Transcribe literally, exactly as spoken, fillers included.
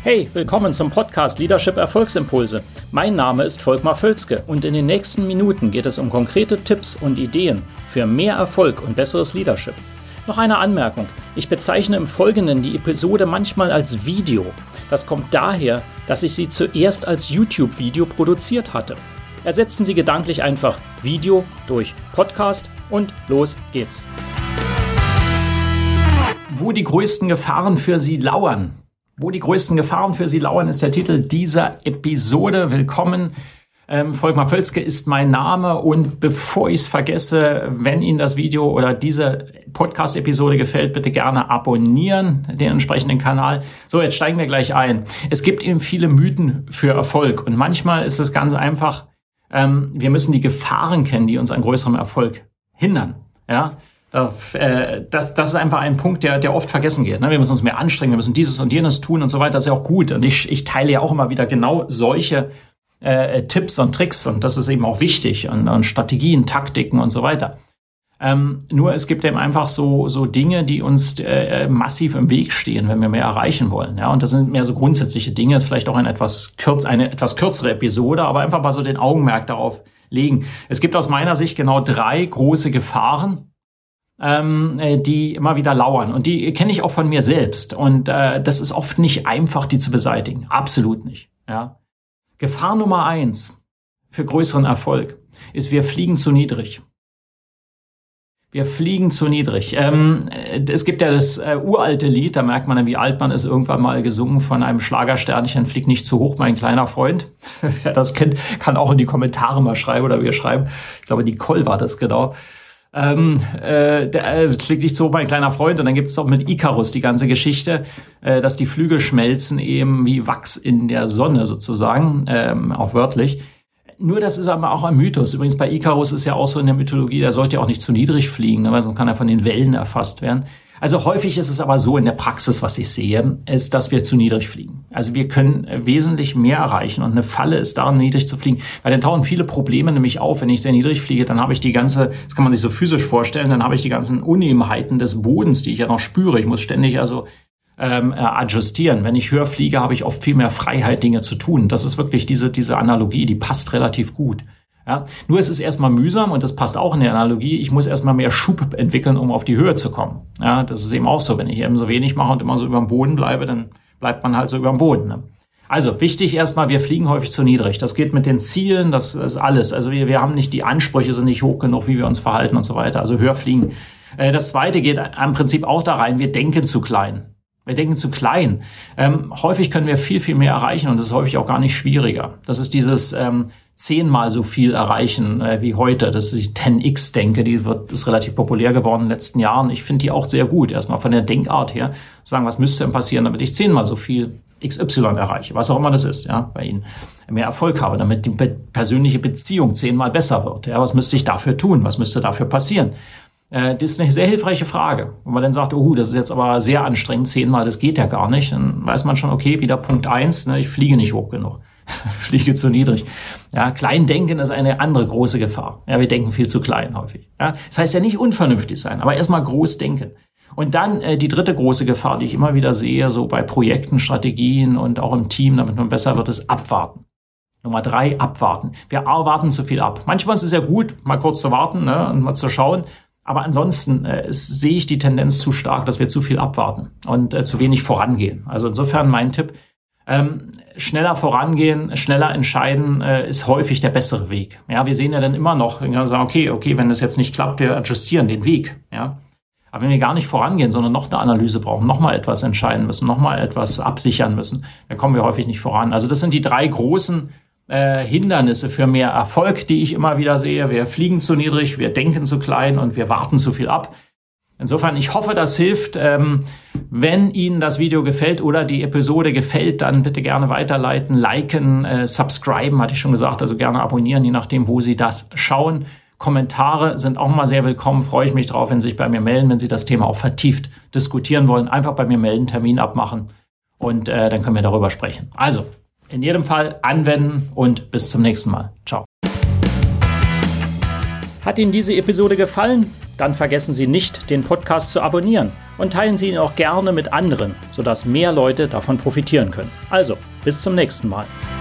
Hey, willkommen zum Podcast Leadership Erfolgsimpulse. Mein Name ist Volkmar Völzke und in den nächsten Minuten geht es um konkrete Tipps und Ideen für mehr Erfolg und besseres Leadership. Noch eine Anmerkung. Ich bezeichne im Folgenden die Episode manchmal als Video. Das kommt daher, dass ich sie zuerst als YouTube-Video produziert hatte. Ersetzen Sie gedanklich einfach Video durch Podcast und los geht's. Wo die größten Gefahren für Sie lauern. Wo die größten Gefahren für Sie lauern, ist der Titel dieser Episode. Willkommen. Ähm, Volkmar Völzke ist mein Name und bevor ich es vergesse, wenn Ihnen das Video oder diese Podcast-Episode gefällt, bitte gerne abonnieren, den entsprechenden Kanal. So, jetzt steigen wir gleich ein. Es gibt eben viele Mythen für Erfolg und manchmal ist es ganz einfach, ähm, wir müssen die Gefahren kennen, die uns an größerem Erfolg hindern. Ja. Das, das ist einfach ein Punkt, der, der oft vergessen geht. Wir müssen uns mehr anstrengen, wir müssen dieses und jenes tun und so weiter. Das ist ja auch gut. Und ich, ich teile ja auch immer wieder genau solche äh, Tipps und Tricks. Und das ist eben auch wichtig. Und, und Strategien, Taktiken und so weiter. Ähm, nur es gibt eben einfach so, so Dinge, die uns äh, massiv im Weg stehen, wenn wir mehr erreichen wollen. Ja, und das sind mehr so grundsätzliche Dinge. Das ist vielleicht auch eine etwas, kürz, eine etwas kürzere Episode, aber einfach mal so den Augenmerk darauf legen. Es gibt aus meiner Sicht genau drei große Gefahren, Ähm, die immer wieder lauern. Und die kenne ich auch von mir selbst. Und äh, das ist oft nicht einfach, die zu beseitigen. Absolut nicht. Ja. Gefahr Nummer eins für größeren Erfolg ist, wir fliegen zu niedrig. Wir fliegen zu niedrig. Ähm, es gibt ja das äh, uralte Lied, da merkt man dann, wie alt man ist, irgendwann mal gesungen von einem Schlagersternchen, flieg nicht zu hoch, mein kleiner Freund. Wer das kennt, kann auch in die Kommentare mal schreiben oder wir schreiben. Ich glaube, Nicole war das genau. Ähm, äh, der äh, klingt nicht so, mein kleiner Freund. Und dann gibt es auch mit Icarus die ganze Geschichte, äh, dass die Flügel schmelzen eben wie Wachs in der Sonne sozusagen, ähm, auch wörtlich. Nur das ist aber auch ein Mythos. Übrigens bei Icarus ist ja auch so in der Mythologie, der sollte ja auch nicht zu niedrig fliegen, ne, weil sonst kann er von den Wellen erfasst werden. Also häufig ist es aber so in der Praxis, was ich sehe, ist, dass wir zu niedrig fliegen. Also wir können wesentlich mehr erreichen und eine Falle ist daran, niedrig zu fliegen, weil dann tauchen viele Probleme nämlich auf. Wenn ich sehr niedrig fliege, dann habe ich die ganze, das kann man sich so physisch vorstellen, dann habe ich die ganzen Unebenheiten des Bodens, die ich ja noch spüre. Ich muss ständig also ähm, adjustieren. Wenn ich höher fliege, habe ich oft viel mehr Freiheit, Dinge zu tun. Das ist wirklich diese, diese Analogie, die passt relativ gut. Ja, nur es ist erstmal mühsam und das passt auch in der Analogie. Ich muss erstmal mehr Schub entwickeln, um auf die Höhe zu kommen. Ja, das ist eben auch so. Wenn ich eben so wenig mache und immer so über dem Boden bleibe, dann bleibt man halt so über dem Boden. Ne? Also wichtig erstmal, wir fliegen häufig zu niedrig. Das geht mit den Zielen, das ist alles. Also wir, wir haben nicht die Ansprüche, sind nicht hoch genug, wie wir uns verhalten und so weiter. Also höher fliegen. Äh, das zweite geht im Prinzip auch da rein, wir denken zu klein. Wir denken zu klein. Ähm, häufig können wir viel, viel mehr erreichen und das ist häufig auch gar nicht schwieriger. Das ist dieses ähm, zehnmal so viel erreichen äh, wie heute. Das ist die zehn x Denke, die wird ist relativ populär geworden in den letzten Jahren. Ich finde die auch sehr gut. Erstmal von der Denkart her sagen, was müsste denn passieren, damit ich zehnmal so viel X Y erreiche, was auch immer das ist, ja, bei Ihnen mehr Erfolg habe, damit die be- persönliche Beziehung zehnmal besser wird. Ja, was müsste ich dafür tun? Was müsste dafür passieren? Das ist eine sehr hilfreiche Frage. Wenn man dann sagt, oh, das ist jetzt aber sehr anstrengend, zehnmal, das geht ja gar nicht, dann weiß man schon, okay, wieder Punkt eins, ne, ich fliege nicht hoch genug, fliege zu niedrig. Ja, Kleindenken ist eine andere große Gefahr. Ja, wir denken viel zu klein häufig. Ja, das heißt ja nicht unvernünftig sein, aber erstmal groß denken. Und dann äh, die dritte große Gefahr, die ich immer wieder sehe, so bei Projekten, Strategien und auch im Team, damit man besser wird, ist abwarten. Nummer drei, abwarten. Wir warten zu viel ab. Manchmal ist es ja gut, mal kurz zu warten, ne, und mal zu schauen. Aber ansonsten äh, sehe ich die Tendenz zu stark, dass wir zu viel abwarten und äh, zu wenig vorangehen. Also insofern mein Tipp, ähm, schneller vorangehen, schneller entscheiden, äh, ist häufig der bessere Weg. Ja, wir sehen ja dann immer noch, wenn wir sagen, okay, okay, wenn das jetzt nicht klappt, wir adjustieren den Weg. Ja, aber wenn wir gar nicht vorangehen, sondern noch eine Analyse brauchen, noch mal etwas entscheiden müssen, noch mal etwas absichern müssen, dann kommen wir häufig nicht voran. Also das sind die drei großen Äh, Hindernisse für mehr Erfolg, die ich immer wieder sehe. Wir fliegen zu niedrig, wir denken zu klein und wir warten zu viel ab. Insofern, ich hoffe, das hilft. Ähm, wenn Ihnen das Video gefällt oder die Episode gefällt, dann bitte gerne weiterleiten, liken, äh, subscriben, hatte ich schon gesagt, also gerne abonnieren, je nachdem, wo Sie das schauen. Kommentare sind auch mal sehr willkommen, freue ich mich drauf, wenn Sie sich bei mir melden, wenn Sie das Thema auch vertieft diskutieren wollen. Einfach bei mir melden, Termin abmachen und äh, dann können wir darüber sprechen. Also, in jedem Fall anwenden und bis zum nächsten Mal. Ciao. Hat Ihnen diese Episode gefallen? dann vergessen Sie nicht, den Podcast zu abonnieren und teilen Sie ihn auch gerne mit anderen, sodass mehr Leute davon profitieren können. Also, bis zum nächsten Mal.